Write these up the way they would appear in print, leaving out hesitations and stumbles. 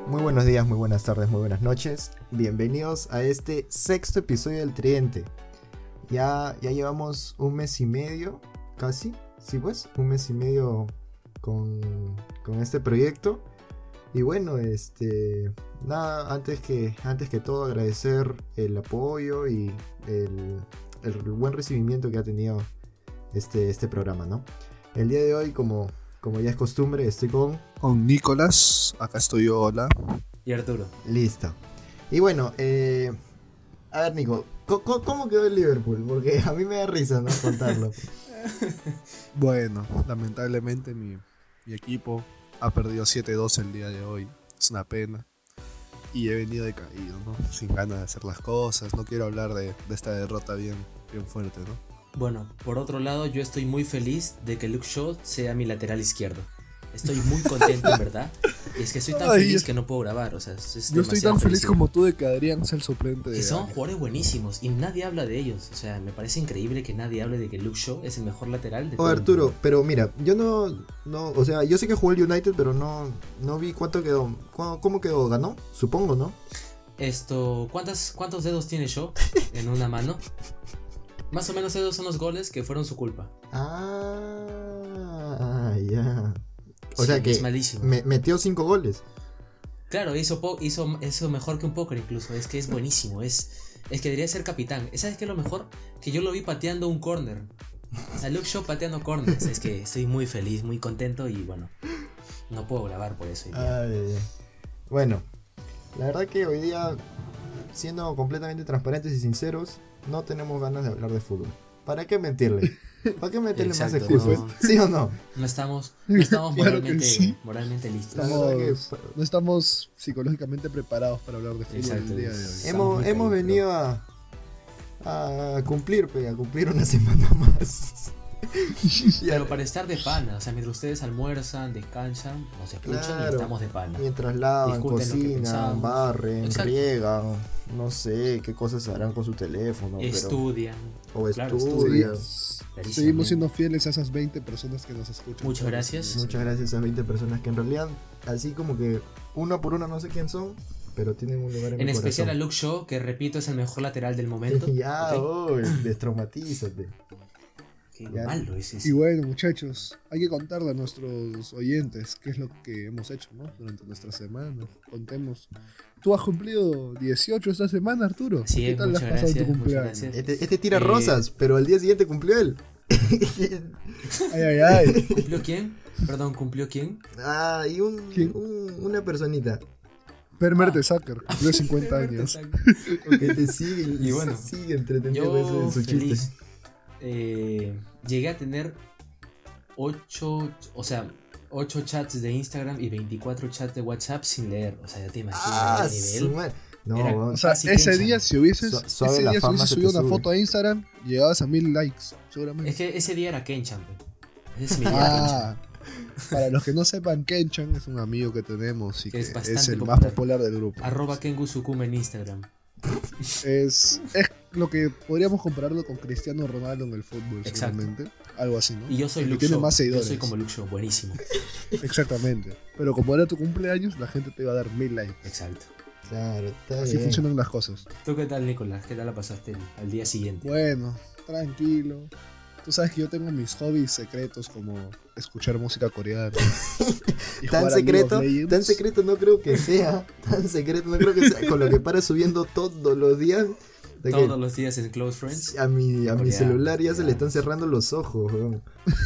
Muy buenos días, muy buenas tardes, muy buenas noches. Bienvenidos a este sexto episodio del Tridente. Ya llevamos un mes y medio, casi, sí pues, un mes y medio con este proyecto. Y bueno, nada, antes que todo agradecer el apoyo y el buen recibimiento que ha tenido este programa, ¿no? El día de hoy, como ya es costumbre, estoy con Nicolás, acá estoy yo, hola. Y Arturo. Listo. Y bueno, a ver, Nico, ¿cómo quedó el Liverpool? Porque a mí me da risa, ¿no? Contarlo. Bueno, lamentablemente mi equipo ha perdido 7-2 el día de hoy. Es una pena. Y he venido decaído, ¿no? Sin ganas de hacer las cosas. No quiero hablar de esta derrota bien fuerte, ¿no? Bueno, por otro lado, yo estoy muy feliz de que Luke Shaw sea mi lateral izquierdo. Estoy muy contento, en verdad. Y es que estoy tan feliz que no puedo grabar. O sea, yo estoy tan feliz como tú de que Adrián sea el suplente de... Y son jugadores buenísimos y nadie habla de ellos. O sea, me parece increíble que nadie hable de que Luke Shaw es el mejor lateral de todo. Arturo, pero mira, yo no, o sea, yo sé que jugó el United, pero no vi cuánto quedó. ¿Cómo quedó? ¿Ganó? Supongo, ¿no? ¿Cuántos dedos tiene Shaw en una mano? Más o menos esos son los goles que fueron su culpa. Ya. O sí, sea que es malísimo. Metió 5 goles. Claro, hizo mejor que un póker incluso. Es que es buenísimo. Es que debería ser capitán. ¿Sabes qué es lo mejor? Que yo lo vi pateando un córner. O sea, Luke Shaw pateando corners. Es que estoy muy feliz, muy contento y bueno, no puedo grabar por eso. Bueno, la verdad que hoy día, siendo completamente transparentes y sinceros, no tenemos ganas de hablar de fútbol. ¿Para qué mentirle? ¿Para qué meterle más excusas? No, ¿Sí o no? No estamos moralmente listos. No estamos psicológicamente preparados para hablar de fútbol el día de hoy. Hemos venido a cumplir una semana más. Pero para estar de pana, o sea, mientras ustedes almuerzan, descansan, nos escuchan y estamos de pana. Mientras lavan, cocinan, barren, riegan, no sé qué cosas harán con su teléfono. Estudian. Estudian. Seguimos siendo fieles a esas 20 personas que nos escuchan. Muchas gracias. Muchas gracias a esas 20 personas que en realidad, así como que uno por uno no sé quién son, pero tienen un lugar en mi especial corazón. A Luke Shaw, que repito es el mejor lateral del momento. Destraumatízate. Qué malo es eso. Y bueno, muchachos, hay que contarle a nuestros oyentes qué es lo que hemos hecho, ¿no? Durante nuestra semana. Contemos. Tú has cumplido 18 esta semana, Arturo. Sí, ¿Qué tal has pasado tu cumpleaños? Este tira rosas, pero al día siguiente cumplió él. Ay. ¿Cumplió quién? Perdón, ¿cumplió quién? Y una personita. Permer de Zucker, cumplió 50 años. Que te sigue y bueno, sigue entretenido eso en su feliz. chiste. Llegué a tener 8 chats de Instagram y 24 chats de WhatsApp sin leer. O sea, ya te imaginas el nivel. No, o sea, ese día si hubieses subido una foto a Instagram, llegabas a 1000 likes, seguramente. Es que ese día era Kenchan. Ese es mi día Kenchan. Para los que no sepan, Kenchan es un amigo que tenemos y que es el popular. más popular del grupo. @KenguSukuma en Instagram. Es lo que podríamos compararlo con Cristiano Ronaldo en el fútbol, seguramente. Algo así, ¿no? Y yo soy Luke Shaw. Yo soy como Luke Shaw, buenísimo. Exactamente. Pero como era tu cumpleaños, la gente te iba a dar 1000 likes. Exacto. Claro, está así bien. funcionan las cosas. ¿Tú qué tal, Nicolás? ¿Qué tal la pasaste al día siguiente? Bueno, tranquilo. Tú sabes que yo tengo mis hobbies secretos como escuchar música coreana. Y tan secreto no creo que sea. Tan secreto no creo que sea. Con lo que para subiendo todos los días. Todos los días en Close Friends. A mi celular ya se le están cerrando los ojos, weón.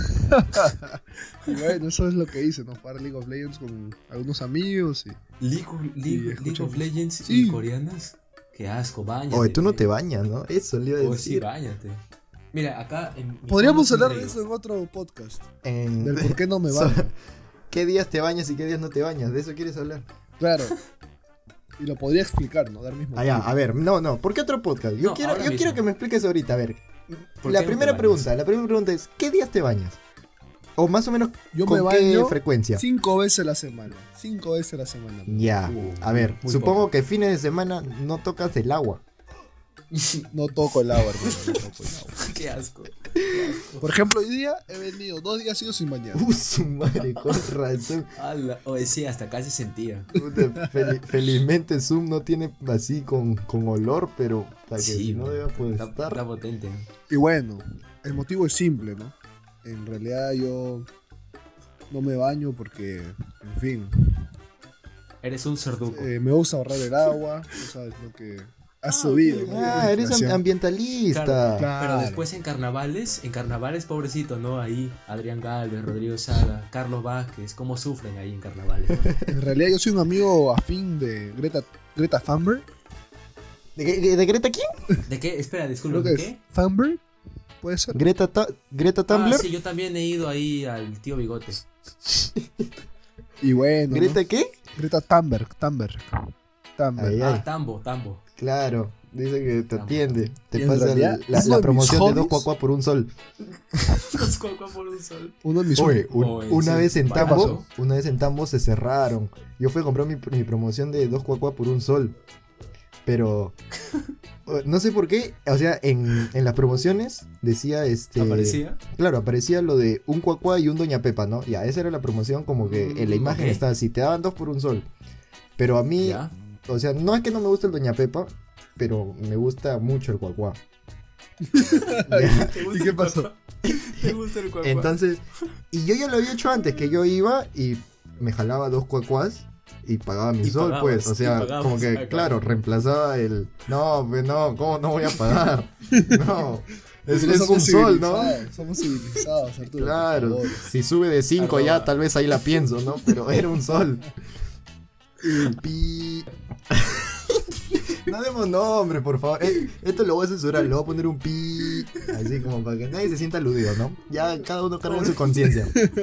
Y bueno, eso es lo que hice, ¿no? Jugar League of Legends con algunos amigos. League of Legends y coreanas. Qué asco, bañate. Oye, tú no te bañas, ¿no? Eso le iba a decir. Sí, bañate. Mira, acá podríamos hablar de eso en otro podcast. Del por qué no me baño. ¿Qué días te bañas y qué días no te bañas? ¿De eso quieres hablar? Claro. Y lo podría explicar, ¿no? Dar mismo. A ver, no. ¿Por qué otro podcast? Yo quiero que me expliques ahorita. A ver, la primera pregunta es: ¿qué días te bañas? O más o menos, ¿con qué frecuencia? 5 veces a la semana. 5 veces a la semana. Ya. A ver, supongo que fines de semana no tocas el agua. No toco el agua, hermano. No toco el agua. Qué asco. Por ejemplo, hoy día he venido 2 días seguidos sin bañar. Su madre, con razón. Oye, sí, hasta casi sentía. Puta, felizmente Zoom no tiene así con olor, pero para que Sí, si no man. deba pues Está estar. potente. Y bueno, el motivo es simple, ¿no? En realidad yo no me baño porque, en fin, Eres un cerduco. me gusta ahorrar el agua, tú sabes lo que ha subido. ¿no? La Eres inflación. ambientalista. Claro. Pero después en carnavales, pobrecito, ¿no? Ahí Adrián Galvez, Rodrigo Saga, Carlos Vázquez, cómo sufren ahí en carnavales, ¿no? En realidad yo soy un amigo afín de Greta Thunberg. ¿De Greta quién? ¿De qué? Espera, Creo disculpa, que ¿de es qué? Thunberg, puede ser. Greta Tumblr. Sí, yo también he ido ahí al tío Bigote. Y bueno, ¿no? ¿Greta qué? Greta Thunberg. Ay, ay. Tambo. Claro, dice que te atiende. Te Y en pasa realidad, la uno de promoción mis de 2 hobbies- cuacuá por un sol. Los cuacuá por un sol. Uno de mis Oye, Oye, una sí, vez en vaya Tambo, pasó. una vez en Tambo se cerraron. Yo fui a comprar mi promoción de 2 cuacuá por un sol. Pero no sé por qué, o sea, en las promociones decía ¿Aparecía? Claro, aparecía lo de un cuacuá y un Doña Pepa, ¿no? Ya, esa era la promoción, como que en la imagen ok. estaba así, te daban 2 por un sol. Pero a mí, ¿Ya? o sea, no es que no me guste el Doña Pepa, pero me gusta mucho el cuacuá. ¿Y qué pasó? ¿Te gusta el cuacuá? Entonces, y yo ya lo había hecho antes, que yo iba y me jalaba 2 cuacuás y pagaba mi Y sol, pagabas, pues. O y sea, pagabas, como que, claro. claro, reemplazaba el. No, pues no, ¿cómo no voy a pagar? No, es Nosotros un somos sol, ¿no? civilizados, Somos civilizados, Arturo. Claro, por favor. si sube de 5 ya, Arroba. tal vez ahí la pienso, ¿no? Pero era un sol. Y pi. No demos nombre, por favor. Esto lo voy a censurar, le voy a poner un pi. Así como para que nadie se sienta aludido, ¿no? Ya cada uno carga en su conciencia.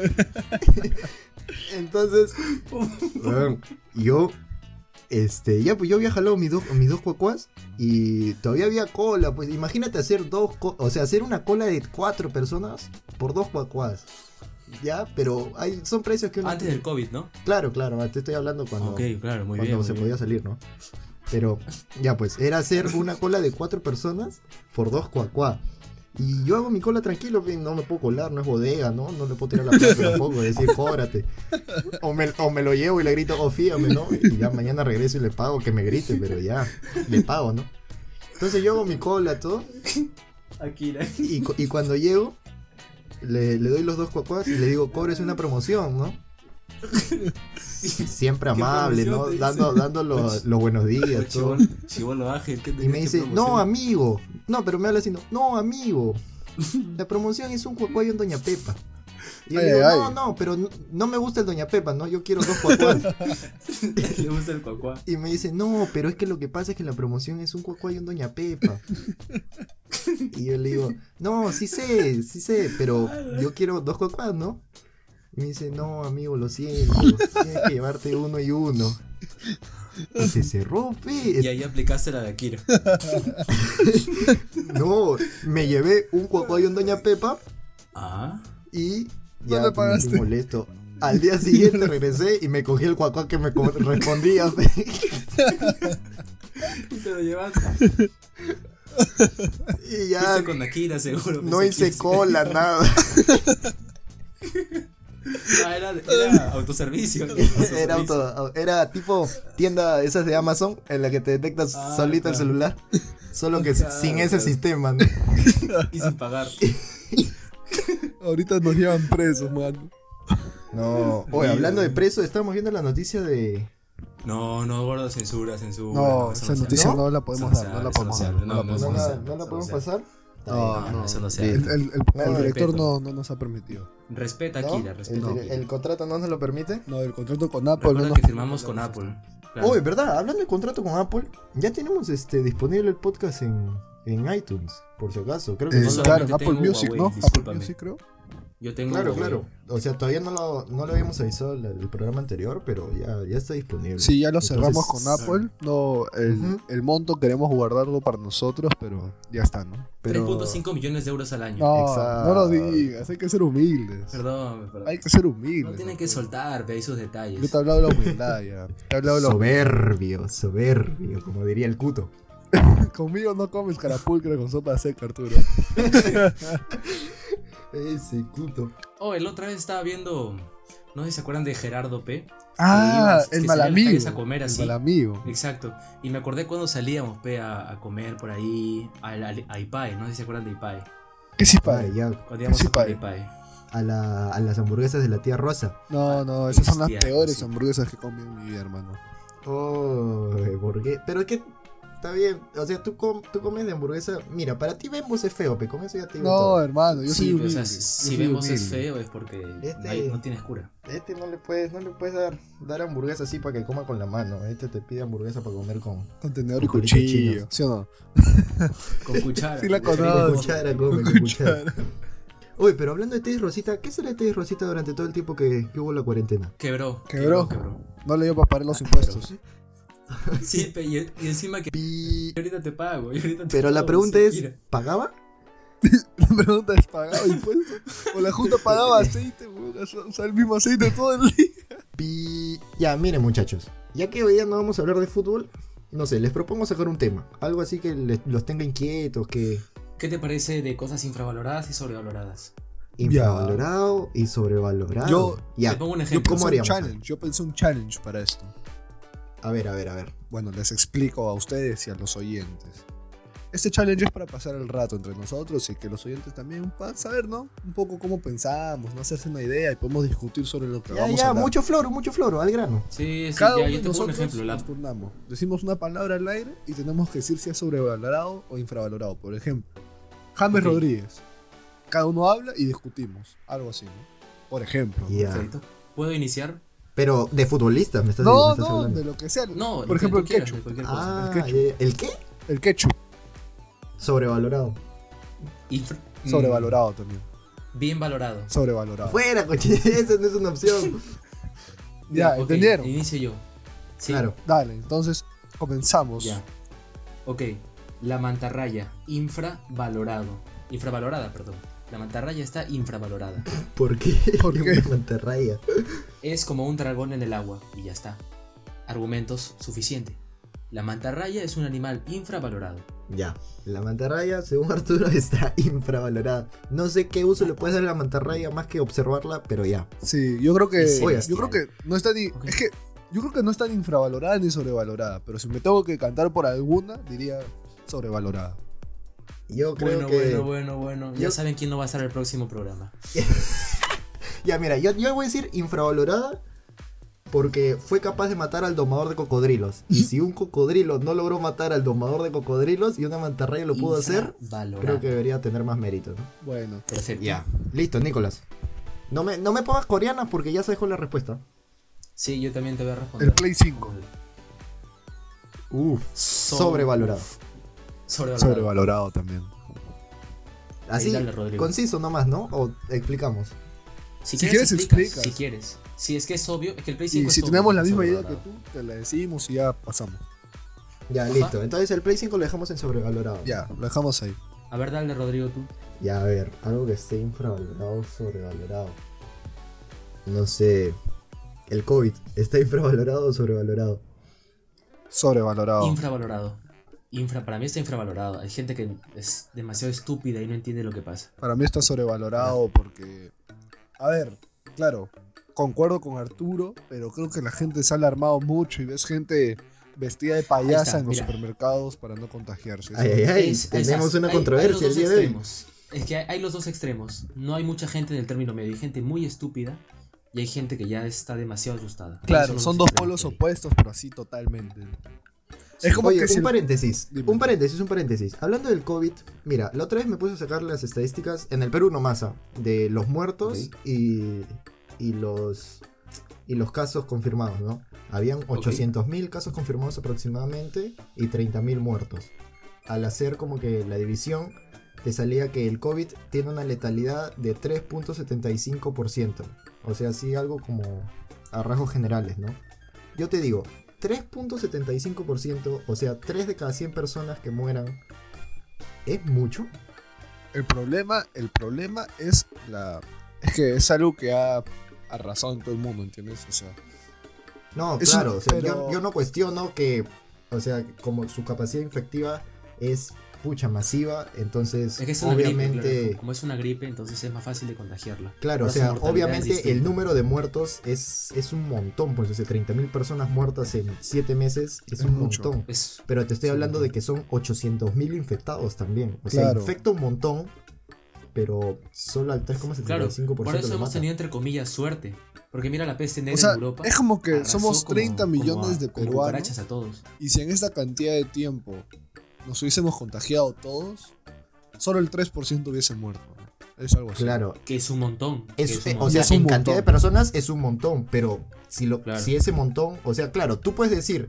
Entonces, bueno, yo, ya pues yo había jalado mis dos cuacuás y todavía había cola. Pues imagínate hacer hacer una cola de 4 personas por 2 cuacuás. Ya, pero son precios que uno. Antes del COVID, ¿no? Claro, te estoy hablando cuando, Ok, claro, muy cuando bien. se muy podía bien. salir, ¿no? Pero ya pues, era hacer una cola de 4 personas por 2 cuacuá. Y yo hago mi cola tranquilo, pues, no me puedo colar, no es bodega, ¿no? No le puedo tirar la plata tampoco, decir, cóbrate. O me lo llevo y le grito, fíjame, ¿no? Y ya mañana regreso y le pago que me grite, pero ya, le pago, ¿no? Entonces yo hago mi cola, todo, Akira. y cuando llego, le doy los 2 cuacuás y le digo, cobres una promoción, ¿no? Siempre ¿Qué amable, ¿no? promoción te dice? Dando los buenos días, todo. Chibolo Ángel, ¿qué Y me dice, no, amigo. No, pero me habla así, no, amigo. La promoción es un cuacuá y un Doña Pepa. Y yo Ay, digo, ay. no, pero no me gusta el Doña Pepa, ¿no? Yo quiero 2 cuacuás. Le gusta el cuacuá. Y me dice, no, pero es que lo que pasa es que la promoción es un cuacuá y un Doña Pepa. Y yo le digo, no, sí sé, pero yo quiero 2 cuacuás, ¿no? Y me dice, no, amigo, lo siento, tienes que llevarte uno y uno. Y se cerró, pe. Y ahí aplicaste la de Akira. No, me llevé un cuacuá y un Doña Pepa Ah. y No ya le pues, me pagaste. fui molesto. Al día siguiente regresé y me cogí el cuacuá que me respondía. Pe. Y te lo llevaste. Y ya Fuiste con Akira, seguro. no fuiste hice 15. cola, nada. Ah, era autoservicio. Era tipo tienda esas de Amazon en la que te detectas solito el claro. celular. Solo que Claro, sin ese claro. sistema, ¿no? Y sin pagar. Ahorita nos llevan presos, mano. No, oye, hablando de preso, estábamos viendo la noticia de. No, gordo, censura. No, eso esa se noticia habla. no la podemos Eso dar, no no la se podemos habla, dar. no, No la no, podemos no, dar. ¿No la podemos se pasar? No, eso no se Sí. hace. El No, director respeto. no nos ha permitido. Respeta, ¿No? Akira, respeta. No. Akira. ¿El contrato no nos lo permite? No, el contrato con Apple no Recuerda nos que firmamos con Apple. Claro. Oye, ¿verdad? Hablando de contrato con Apple, ya tenemos disponible el podcast en iTunes, por si acaso. Creo que no lo- Claro, en solamente Apple tengo Music, Huawei, ¿no? Apple discúlpame. Music, creo. Yo tengo Claro, Huawei. claro. O sea, todavía no lo habíamos avisado el programa anterior, pero ya está disponible. Sí, ya lo Entonces, cerramos con Apple. No, Ujú. el monto queremos guardarlo para nosotros, pero ya está, ¿no? Pero 3.5 millones de euros al año. No, Exacto. no lo digas, hay que ser humildes. Perdón. Hay que ser humildes. No tienen que soltar, ve ahí sus detalles. Yo te he hablado de la humildad ya. Te he hablado de la humildad. soberbio, como diría el Cuto. Conmigo no comes carapulcra con sopa seca, Arturo. Ese puto. Oh, el otra vez estaba viendo. No sé si se acuerdan de Gerardo P. Ah, Que el salía a las malamigo. calles a comer El así. malamigo. Exacto. Y me acordé cuando salíamos, P, a comer por ahí. A Ipae. No sé si se acuerdan de Ipae. ¿Qué sí, Ah, padre? ya. Cuando íbamos Sí, a comer Ipae. Ipae. A las hamburguesas de la tía Rosa. No, esas son las Cristiano, peores sí. hamburguesas que comí en mi vida, hermano. Oh, ¿por qué? Pero es que está bien. O sea, tú comes de hamburguesa. Mira, para ti Bembos es feo, pe. Con eso ya te digo No, todo. hermano, yo soy Sí, pero, o humilde. sea, yo si soy vemos es humilde. feo es porque Este- no tienes cura. No le puedes dar hamburguesa así para que coma con la mano. Este te pide hamburguesa para comer con Contenedor y Con cuchillo, chinos. ¿sí o no? Con cuchara. Sí la con conozco. cuchara, come con cuchara. Uy, pero hablando de Teddy Rosita, ¿qué será de Teddy Rosita durante todo el tiempo que hubo la cuarentena? Quebró. Quebró. No le dio para pagar los impuestos. Sí, y encima que Pi- yo ahorita te pago. yo ahorita te Pero la pago, pregunta sí, es, mira. ¿pagaba? La pregunta es, ¿pagaba impuestos? ¿O la Junta pagaba aceite, weón? O sea, el mismo aceite todo el día. Ya, miren muchachos, ya que hoy día no vamos a hablar de fútbol, no sé, les propongo sacar un tema, algo así que los tenga inquietos, que ¿Qué te parece de cosas infravaloradas y sobrevaloradas? infravalorado y sobrevalorado. Yo- ya, Te pongo un Yo ejemplo. ¿Cómo haríamos? pensé un challenge para esto. a ver. Bueno, les explico a ustedes y a los oyentes. Este challenge es para pasar el rato entre nosotros y que los oyentes también puedan saber, ¿no? Un poco cómo pensamos, no hacerse una idea y podemos discutir sobre lo que vamos a hablar. mucho floro, al grano. Sí, sí, Cada ya, uno yo de te pongo un nosotros ejemplo. nos turnamos. Decimos una palabra al aire y tenemos que decir si es sobrevalorado o infravalorado. Por ejemplo, James Ok. Rodríguez. Cada uno habla y discutimos. Algo así, ¿no? Por ejemplo. Ya. Perfecto. ¿Puedo iniciar? Pero de futbolistas me estás No, hablando. de lo que sea. No, Por ejemplo, el que tú quieras, ketchup. de cualquier cosa. Ah, el ketchup. ¿el qué? El ketchup. Sobrevalorado. Sobrevalorado también. Bien valorado. Sobrevalorado. Fuera, coche, esa no es una opción. Ya, ok, ¿entendieron? Inicio yo. Sí, Claro. Dale, entonces comenzamos. Ya. Ok. La mantarraya. Infravalorado. Infravalorada, perdón. La mantarraya está infravalorada. ¿Por qué? ¿Por qué? Una mantarraya. Es como un dragón en el agua y ya está. Argumentos suficiente. La mantarraya es un animal infravalorado. Ya, la mantarraya, según Arturo, está infravalorada. No sé qué uso le puedes dar a la mantarraya más que observarla, pero ya. Sí, yo creo que. Sí, Oye, yo creo que no está ni. Ok. Es que yo creo que no está ni infravalorada ni sobrevalorada. Pero si me tengo que cantar por alguna, diría sobrevalorada. Yo creo que. Bueno. Yo- Ya saben quién no va a estar en el próximo programa. Ya, mira, yo voy a decir infravalorada porque fue capaz de matar al domador de cocodrilos. Y si un cocodrilo no logró matar al domador de cocodrilos y una mantarraya lo pudo hacer, Infravalorada. creo que debería tener más mérito, ¿no? Bueno, Perfecto. Ya, listo, Nicolás. No me pongas coreana porque ya sabes cuál es la respuesta. Sí, yo también te voy a responder. el Play 5. Uf, sobrevalorado. Sobrevalorado. Sobrevalorado también. Así, dale, Rodrigo. conciso nomás, ¿no? O explicamos. Si Si quieres, quieres, explicas. explicas. Si quieres. Si es que es obvio, es que el Play 5 Y es si obvio, tenemos la es misma idea que sobrevalorado. tú, te la decimos y ya pasamos. Ya, Ajá. listo. Entonces el Play 5 lo dejamos en sobrevalorado. Ya, lo dejamos ahí. A ver, dale, Rodrigo, tú. Ya, a ver, algo que esté infravalorado, sobrevalorado. No sé. El COVID, ¿está infravalorado o sobrevalorado? Sobrevalorado. Infravalorado. Para mí está infravalorado. Hay gente que es demasiado estúpida y no entiende lo que pasa. Para mí está sobrevalorado porque. A ver, claro, concuerdo con Arturo, pero creo que la gente se ha alarmado mucho y ves gente vestida de payasa está, en los mira. supermercados para no contagiarse. Ay, ay, ay, Es- tenemos esas- una hay controversia los el dos día de hoy. extremos. Es que hay los dos extremos. No hay mucha gente en el término medio. Hay gente muy estúpida y hay gente que ya está demasiado asustada. Esos Claro, los son dos extremos polos que hay. opuestos, pero así totalmente. Es como Oye, que si un paréntesis, Dime. un paréntesis. Hablando del COVID, mira, la otra vez me puse a sacar las estadísticas en el Perú nomás, de los muertos Ok. y los casos confirmados, ¿no? Habían 800.000 casos confirmados aproximadamente y 30.000 muertos. Al hacer como que la división, te salía que el COVID tiene una letalidad de 3.75%. O sea, así algo como a rasgos generales, ¿no? Yo te digo, 3.75%, o sea, 3 de cada 100 personas que mueran, ¿es mucho? el problema es es que es algo que ha arrasado en todo el mundo, ¿entiendes? O sea, No, Es claro, un- o sea, pero- yo no cuestiono que o sea, como su capacidad infectiva es pucha masiva, entonces Es que es una obviamente... gripe, claro. Como es una gripe, entonces es más fácil de contagiarla. Claro, o Ahora su sea, mortalidad es obviamente el distinta. número de muertos es un montón, pues, o sea, 30.000 personas muertas en 7 meses es Es un mucho. montón. Es, Pero te estoy Es un hablando montón. de que son 800.000 infectados también. O sea, Claro. infecta un montón, pero solo al 3,75% claro, por eso lo hemos mata. tenido entre comillas suerte. Porque mira la peste negra O sea, en Europa. es como que arrasó somos 30 como millones de como peruanos. cucarachas a todos. Y si en esta cantidad de tiempo nos hubiésemos contagiado todos, solo el 3% hubiese muerto. ¿No? Es algo así. Claro. Que es un montón. que Es, es un o montón. sea, Es un en montón. cantidad de personas es un montón, pero Claro. si ese montón, o sea, claro, tú puedes decir,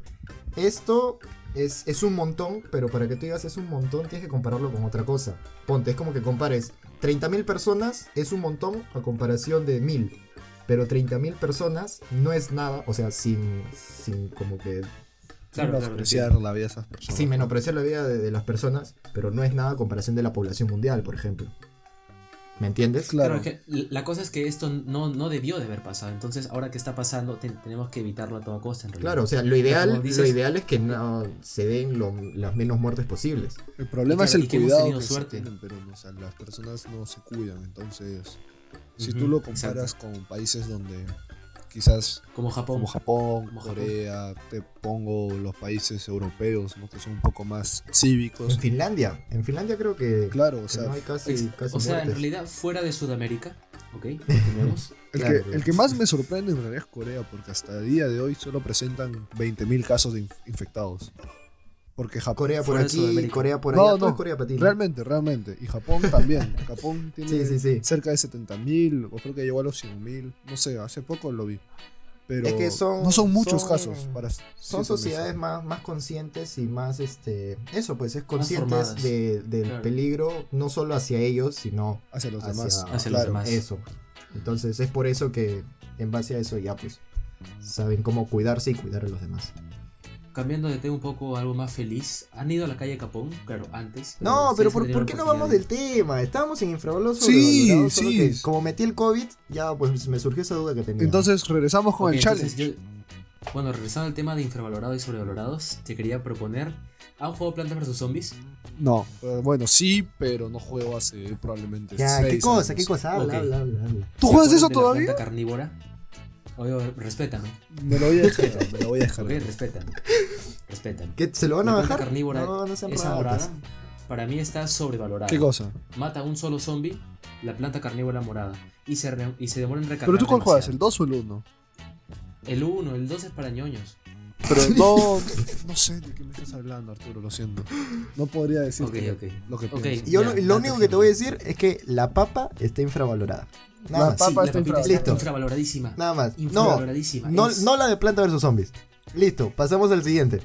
esto es un montón, pero para que tú digas es un montón tienes que compararlo con otra cosa. Ponte, es como que compares 30.000 personas es un montón a comparación de 1.000, pero 30.000 personas no es nada, o sea, sin como que... Claro, claro, Menospreciar la vida de esas personas. Sin menospreciar la vida de las personas, pero no es nada a comparación de la población mundial, por ejemplo. ¿Me entiendes? Claro. Claro, es que la cosa es que esto no debió de haber pasado. Entonces, ahora que está pasando, tenemos que evitarlo a toda costa. En realidad. Claro, o sea, lo Como ideal dices- es que no se den las menos muertes posibles. El problema Y es claro, el y que hemos cuidado tenido que se suerte. tiene en Perú, ¿no? O sea, las personas no se cuidan. Entonces, si Ujú, tú lo comparas con países donde quizás Como Japón. como Japón, Como Japón. Corea, te pongo los países europeos, ¿no? Que son un poco más cívicos. En Finlandia creo que, Claro, o que sea, no hay casi O sea, en muertes. realidad, fuera de Sudamérica, ¿ok? Continuemos. Claro, el que más me sorprende en realidad es Corea, porque hasta el día de hoy solo presentan 20.000 casos de infectados. Porque Japón... Corea por fuera de aquí, Sudamérica. Corea por No, allá, todo no, es Corea para ti. ¿no? Realmente. Y Japón también. Japón tiene Sí. cerca de 70.000, o creo que llegó a los 100.000. No sé, hace poco lo vi. Pero Es que no son muchos son- casos para Son 7 sociedades meses. más conscientes y más, eso pues, es conscientes formadas. del Claro. peligro, no solo hacia ellos, sino Hacia los hacia- demás. hacia los demás. eso. Entonces es por eso que en base a eso ya pues saben cómo cuidarse y cuidar a los demás. Cambiando de tema un poco a algo más feliz. ¿Han ido a la calle Capón? Claro, antes. No, pero ustedes han ¿por tenido qué la no vamos oportunidad del tema? Estábamos en infravalorados Sí, sobrevalorados, solo sí. que como metí el COVID, ya pues me surgió esa duda que tenía. Entonces regresamos con Ok, el entonces challenge. bueno, regresando al tema de infravalorados y sobrevalorados, te quería proponer. ¿Han jugado Plantas vs Zombies? No, bueno, sí, pero no juego hace probablemente ya, 6 ¿qué cosa? años. ¿Qué cosa? Habla, Ok. habla. ¿Tú ¿Se juegas acuerdan eso de la todavía? planta carnívora? Oye, respétame. Me lo voy a descargar, me lo voy a Ok, descargar. respétame. Respétame. ¿Qué? ¿Se lo van a La planta bajar? carnívora, No sean esa ratas. morada, para mí está sobrevalorada. ¿Qué cosa? Mata a un solo zombie, la planta carnívora morada. Y se demora en recargar. ¿Pero tú cuál juegas? demasiado. ¿El 2 o el 1? El 1, el 2 es para ñoños. Pero no sé de qué me estás hablando, Arturo, lo siento. No podría decirte Ok. lo que Ok. pienso. Yo Ya, lo ya único te que te voy a entiendo. decir es que la papa está infravalorada. Nada La más. papa Sí, la está papita Listo. infravaloradísima. Nada más. No, Infravaloradísima. no, Es- no la de Planta vs Zombies. Listo, pasamos al siguiente.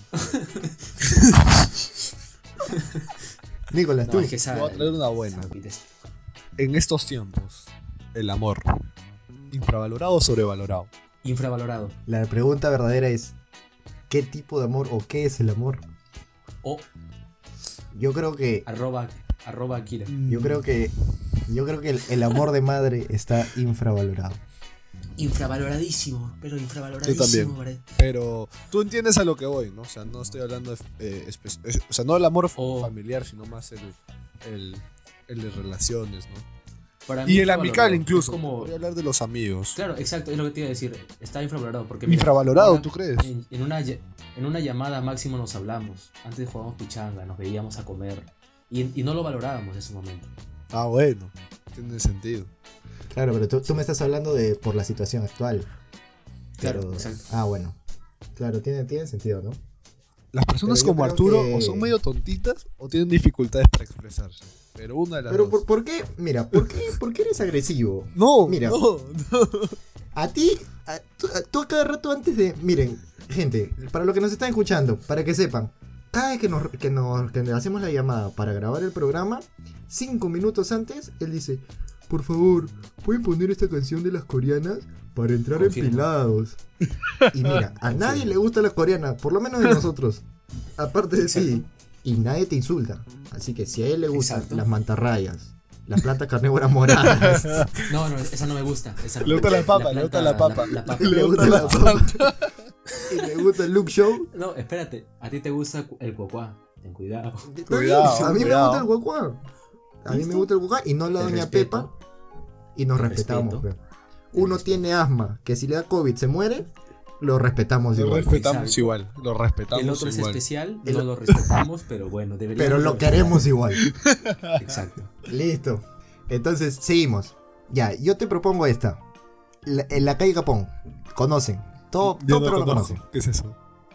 Nicolás, No, tú. es que esa- Voy a traer una buena. esa papita es- En estos tiempos, el amor, ¿infravalorado o sobrevalorado? Infravalorado. La pregunta verdadera es: ¿qué tipo de amor o qué es el amor? O Yo creo que arroba Akira. Yo creo que el amor de madre está infravalorado. Infravaloradísimo, pero infravaloradísimo. Yo también. ¿vale? Pero tú entiendes a lo que voy, ¿no? O sea, no estoy hablando de, o sea, no el amor O- familiar, sino más el de relaciones, ¿no? Para mí Y el infravalorado. amical Es incluso. como- Podría hablar de los amigos. Claro, exacto, es lo que te iba a decir. Está infravalorado. Porque, mira, ¿Infravalorado, ahora, tú crees? En una llamada máximo nos hablamos. Antes jugábamos pichanga, nos veíamos a comer. Y no lo valorábamos en ese momento. Ah, bueno. Tiene sentido. Claro, pero tú me estás hablando de por la situación actual. Claro, Pero- exacto. Ah, bueno. Claro, tiene sentido, ¿no? Las personas Pero yo como creo Arturo que- o son medio tontitas o tienen dificultades para expresarse. Pero una de las Pero dos. ¿por qué? Mira, ¿por qué eres agresivo? No, Mira. no. A ti, tú a cada rato antes de... Miren, gente, para los que nos están escuchando, para que sepan, cada vez que hacemos la llamada para grabar el programa, 5 minutos antes, él dice, por favor, ¿pueden poner esta canción de las coreanas para entrar Confirmo. empilados? Y mira, a nadie le gustan las coreanas, por lo menos de nosotros, aparte de ti, Exacto. y nadie te insulta. Así que si a él le gustan Exacto. las mantarrayas, las plantas carnívoras moradas, No, esa no me gusta. Esa no Le me gusta la papa, le planta- gusta la papa. La papa. le gusta la y me gusta el Luke Show. No, espérate. A ti te gusta el cuacuá. Ten cuidado. Está bien, Cuidado, a mí me cuidado. gusta el guacuá. A mí me ¿Listo? gusta el guacuá y no la Te doña respeto. Pepa. Y nos Te respetamos. respeto. Pe. Uno tiene asma, que si le da COVID se muere, lo respetamos Lo igual. respetamos Exacto. igual. Lo respetamos El otro es igual. especial, El- no lo respetamos, pero bueno, deberíamos. Pero lo queremos igual. Exacto. Listo. Entonces, seguimos. Ya, yo te propongo esta. En la calle Capón. Conocen. Todo Yo pero no lo conozco. conocen. ¿Qué es eso?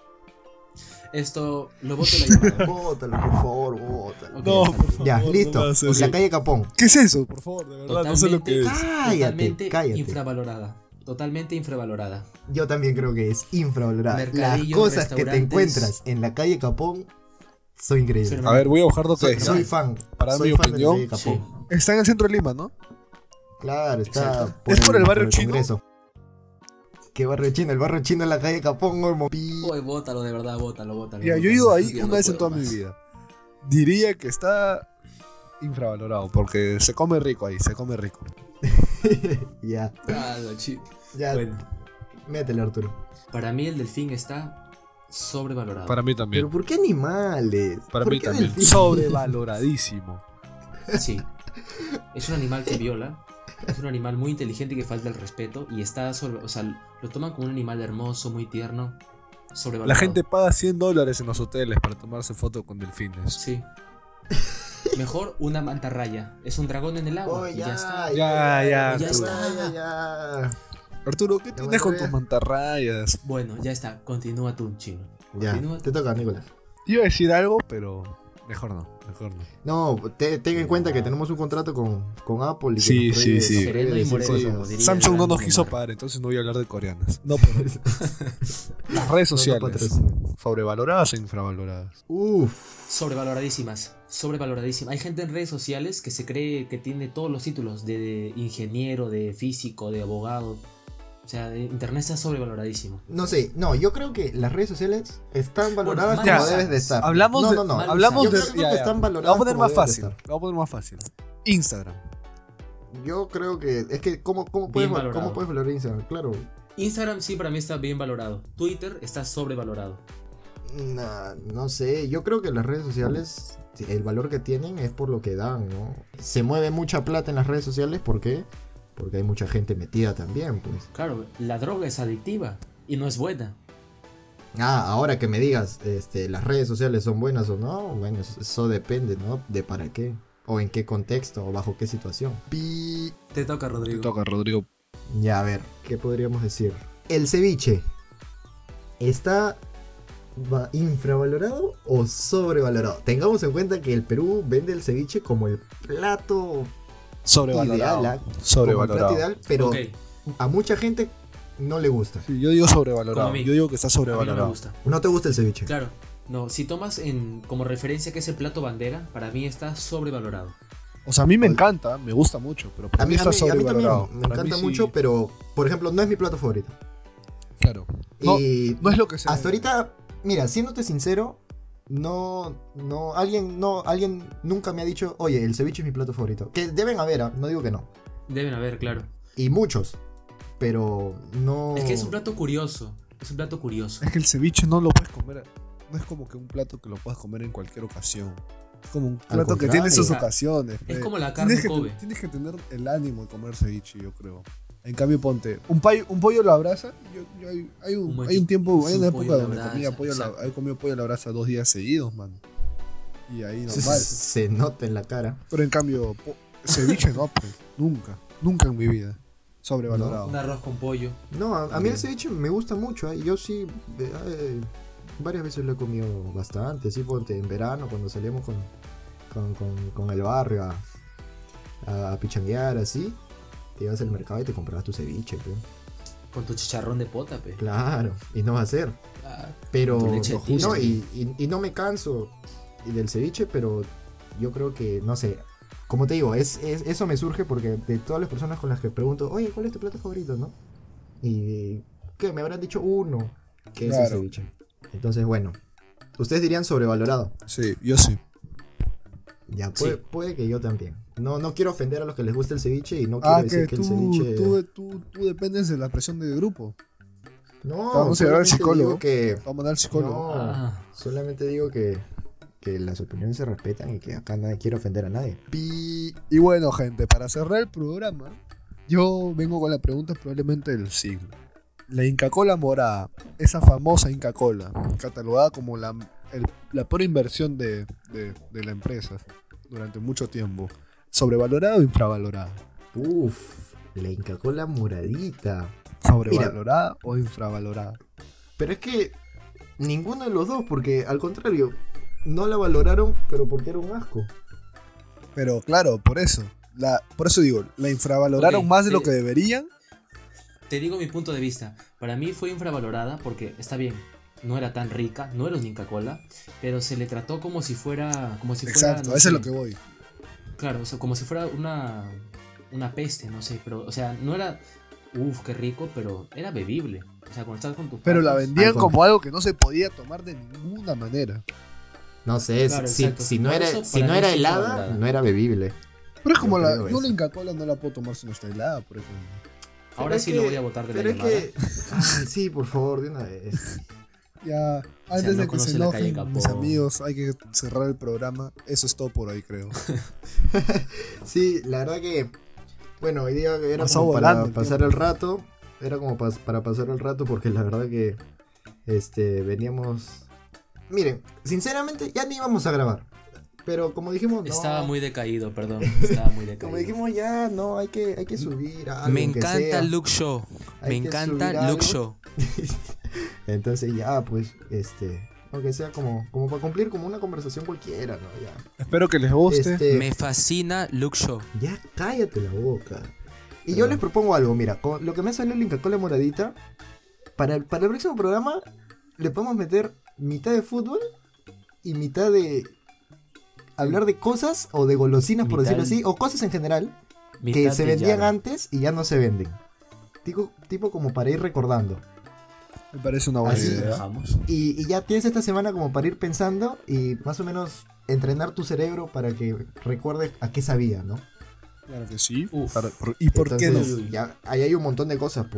Esto lo voto la llamada. Bótalo, por favor, bótalo. Ok, No, exacto. por favor. Ya, no listo. hagas eso. La calle Capón. ¿Qué es eso? Por favor, de verdad, no sé lo que es. Totalmente Cállate. infravalorada. Totalmente infravalorada. Yo también creo que es infravalorada. Las Mercadillos, cosas que te restaurantes. encuentras en la calle Capón son increíbles. Son A ver, voy a buscar lo que es. Soy fan. Para soy mi fan opinión, de la calle Capón. Está en el centro de Lima, ¿no? Claro, está. Exacto. ¿Es por el barrio chino? Congreso. ¿Qué barrio chino? El barrio chino en la calle Capón, como pi. Uy, bótalo, de verdad, bótalo. Ya, yo he ido ahí Ya una no vez en puedo toda mi más. vida. Diría que está infravalorado porque se come rico ahí, se come rico. Ya, Ah, no, ya. Bueno, Métele, Arturo. para mí el delfín está sobrevalorado. Para mí también. ¿Pero por qué animales? Para ¿Por mí qué también. delfín? Sobrevaloradísimo. Sí. Es un animal que viola. Es un animal muy inteligente que falta el respeto. Y está sobre. O sea, lo toman como un animal hermoso, muy tierno. Sobrevalorado. La gente paga $100 en los hoteles para tomarse foto con delfines. Sí. Mejor una mantarraya. Es un dragón en el agua. Oh, y ya está. Ya, ya Arturo. está. Ya. Arturo, ¿qué tienes con tus mantarrayas? Bueno, ya está. Continúa tú, chino. Ya, Continúa. te toca, Nicolás. Iba a decir algo, pero mejor no. No, ten en cuenta que tenemos un contrato con Apple. Y que Sí, nos prohíbe- sí, sí. nos prohíbe Sereno y decir moreno, cosas. como diría Samsung no el nos gran quiso Neymar. pagar, entonces no voy a hablar de coreanas. No, pero las redes sociales, patrocina. sobrevaloradas e infravaloradas. Uf. Sobrevaloradísimas. Sobrevaloradísimas. Hay gente en redes sociales que se cree que tiene todos los títulos de ingeniero, de físico, de abogado. O sea, internet está sobrevaloradísimo. No sé, no, yo creo que las redes sociales están valoradas Bueno, como mal debes de estar. Hablamos no, de, no, no. mal hablamos Yo de, creo que están Lo valoradas voy a poner como más deben de fácil. estar. Lo voy a poner más fácil. Instagram. Yo creo que es que ¿cómo Bien puedes valorado. valorar Instagram? Claro. Instagram sí para mí está bien valorado. Twitter está sobrevalorado. No sé, yo creo que las redes sociales, el valor que tienen es por lo que dan, ¿no? Se mueve mucha plata en las redes sociales, ¿por qué? Porque hay mucha gente metida también, pues. Claro, la droga es adictiva y no es buena. Ahora que me digas, las redes sociales son buenas o no, bueno, eso depende, ¿no? De para qué, o en qué contexto, o bajo qué situación. Te toca, Te Rodrigo. toca, Rodrigo. Ya, a ver, ¿qué podríamos decir? El ceviche, ¿está infravalorado o sobrevalorado? Tengamos en cuenta que el Perú vende el ceviche como el plato Sobrevalorado. ideal, como el Sobrevalorado. plato ideal, pero Ok, a mucha gente no le gusta. Sí, yo digo Como sobrevalorado. a mí. Yo digo que está a mí no me sobrevalorado. gusta. ¿No te gusta el ceviche? Claro, no, si tomas como referencia que es el plato bandera, para mí está sobrevalorado. O sea, a mí me encanta, me gusta mucho, pero para A mí, mí está a mí también sobrevalorado. me Para mí encanta sí. mucho, pero por ejemplo no es mi plato favorito. Claro. No, Y no es lo que se hasta ahorita, mira, siéndote sincero, alguien nunca me ha dicho, oye, el ceviche es mi plato favorito. Que deben haber, no digo que no. Deben haber, claro. Y muchos, pero no. Es que es un plato curioso. Es un plato curioso. Es que el ceviche no lo puedes comer. No es como que un plato que lo puedas comer en cualquier ocasión. Es como un Al plato que tiene sus contrario. ocasiones. Es pe. como la carne Kobe. Tienes que tener el ánimo de comer ceviche, yo creo. En cambio, ponte un pollo a la brasa. Hay un tiempo, hay una pollo época a la donde brasa, comía exacto. he comido pollo a la brasa 2 días seguidos, man. Y ahí se, normal. se nota en la cara. Pero en cambio, ceviche no, pues. Nunca en mi vida. Sobrevalorado. Un arroz con pollo. No, a mí el ceviche me gusta mucho. Yo sí, varias veces lo he comido bastante. Sí, ponte en verano cuando salíamos con el barrio a pichanguear así. Te ibas al mercado y te comprabas tu ceviche, pe. Con tu chicharrón de pota, pe. Claro, y no va a ser. Ah, Pero con tu leche de tigre. no, y no me canso del ceviche, pero yo creo que, no sé, como te digo, eso me surge porque de todas las personas con las que pregunto, oye, ¿cuál es tu plato favorito, no? Y que me habrán dicho uno, que es el Claro. ceviche. Entonces, bueno, ustedes dirían sobrevalorado. Sí, yo sí. Ya, Sí. puede que yo también. No quiero ofender a los que les gusta el ceviche y no quiero decir que el ceviche... tú dependes de la presión del grupo. No, Vamos a llevar al solamente psicólogo. digo que... Vamos a mandar al psicólogo. No, Ah. solamente digo que las opiniones se respetan y que acá nadie quiere ofender a nadie. Y bueno, gente, para cerrar el programa, yo vengo con la pregunta probablemente del siglo. La Inca Kola morada, esa famosa Inca Kola, catalogada como la peor inversión de la empresa durante mucho tiempo, ¿sobrevalorada o infravalorada? Uf, la Inca Kola moradita. ¿Sobrevalorada o infravalorada? Pero es que ninguno de los dos, porque al contrario, no la valoraron, pero porque era un asco. Pero claro, por eso digo, la infravaloraron Ok, más de lo que deberían. Te digo mi punto de vista. Para mí fue infravalorada porque está bien, no era tan rica, no era una Inca Kola, pero se le trató como si fuera. Exacto, no eso sé, es lo que voy. Claro, o sea, como si fuera una peste, no sé, pero, o sea, no era. Uf, qué rico, pero era bebible. O sea, cuando estás con tus Pero la patas- vendían Al como algo que no se podía tomar de ninguna manera. No sé, Claro, si exacto. no Por era, eso, si para no mí era es helada, infravalorada. no era bebible. Pero es como Yo creo yo eso. la Inca Kola no la puedo tomar si no está helada, por ejemplo. Ahora Pero es sí que- lo voy a botar de la Pero es llamada. que... Ay, sí, por favor, de una vez. Ya, antes no de que conoce se la calle enojen mis Capó. amigos, hay que cerrar el programa. Eso es todo por hoy, creo. Sí, la verdad que... Bueno, hoy día era Pasó como volando para el pasar tiempo. el rato. Era como para pasar el rato porque la verdad que... veníamos... Miren, sinceramente ya ni íbamos a grabar. Pero como dijimos, no... Estaba muy decaído, perdón. Estaba muy decaído. Como dijimos ya, no, hay que subir algo. Me aunque encanta sea. el Look Show. Hay Me que encanta subir el Look algo. Show. Entonces ya, pues, aunque sea como para cumplir como una conversación cualquiera, ¿no? Ya. Espero que les guste. Me fascina Look Show. Ya cállate la boca. Y yo les propongo algo, mira, con lo que me salió el Inca Kola moradita, para el próximo programa le podemos meter mitad de fútbol y mitad de hablar de cosas o de golosinas, por Mitad- decirlo así, o cosas en general que Mitad se de vendían llave. antes y ya no se venden. Tipo como para ir recordando. Me parece una buena Así idea. Dejamos. Y ya tienes esta semana como para ir pensando y más o menos entrenar tu cerebro para que recuerdes a qué sabía, ¿no? Claro que sí. Uf. ¿Y por qué no? Entonces, ya, ahí hay un montón de cosas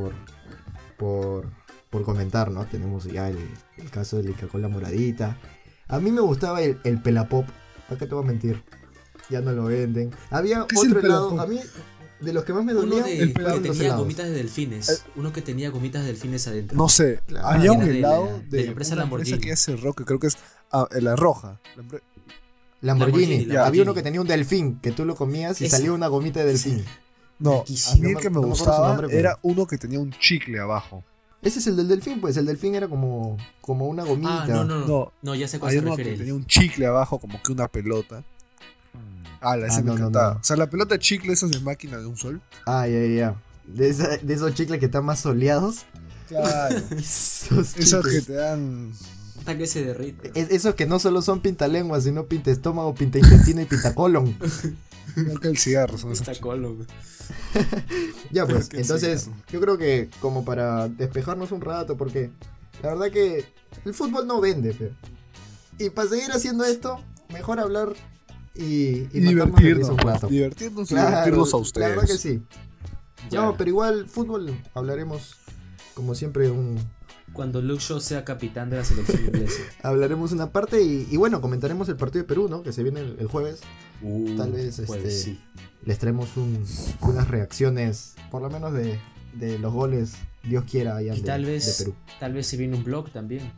por comentar, ¿no? Tenemos ya el caso del Inca Kola moradita. A mí me gustaba el Pelapop, ¿para qué te voy a mentir? Ya no lo venden. Había ¿Qué es el otro helado, Pelapop? a mí, de los que más me Uno dolían, de, el que fueron los tenía helados. gomitas de delfines. Uno que tenía gomitas de delfines adentro. No sé. Claro. Había un Era de helado la- de, de la empresa una Lamborghini. que hace rock, que creo que es la roja. Lamborghini. Lamborghini. Había uno que tenía un delfín, que tú lo comías y Esa. salía una gomita de delfín. No, a Riquísimo. mí No el que me- me no me acuerdo su gustaba nombre, pero- era uno que tenía un chicle abajo. Ese es el del delfín, pues el delfín era como una gomita. Ah, no. No, No, ya sé a cuál hay se uno que refiere tenía él. un chicle abajo, como que una pelota. Ese me no, encantaba. no. O sea, la pelota de chicle, esas de máquina de un sol. Ah, ya. De esos chicles que están más soleados. Claro. Esos Esos que chicles. te dan. Hasta que se derrite. Esos que no solo son pintalenguas, sino pinta estómago, pinta intestino y pinta colon. Igual que el cigarro, son esos Está chicles. colo, güey. Ya pues, Que entonces sí, yo creo que como para despejarnos un rato, porque la verdad que el fútbol no vende, pe. Y para seguir haciendo esto, mejor hablar y matarnos de risa un rato. Divertirnos y Claro, divertirnos a la ustedes. verdad que sí. Ya. No, pero igual fútbol hablaremos como siempre Cuando Luke Shaw sea capitán de la selección inglesa. hablaremos una parte y bueno, comentaremos el partido de Perú, ¿no? Que se viene el jueves. Tal vez Pues sí. les traemos unas reacciones, por lo menos de los goles, Dios quiera, hayan Y tal de vez, Perú. tal vez se viene un blog también.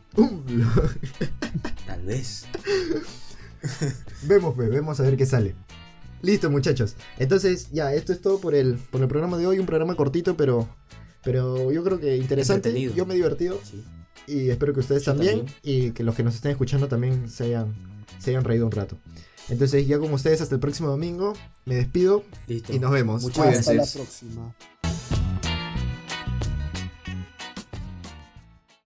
Tal vez. Vemos a ver qué sale. Listo, muchachos. Entonces, ya, esto es todo por el programa de hoy. Un programa cortito, pero yo creo que interesante. Entretenido. Yo me he divertido Sí. y espero que ustedes Yo también, también. y que los que nos estén escuchando también se hayan reído un rato. Entonces, ya con ustedes hasta el próximo domingo. Me despido Listo. y nos vemos. Muchas Cuídense. Hasta la próxima.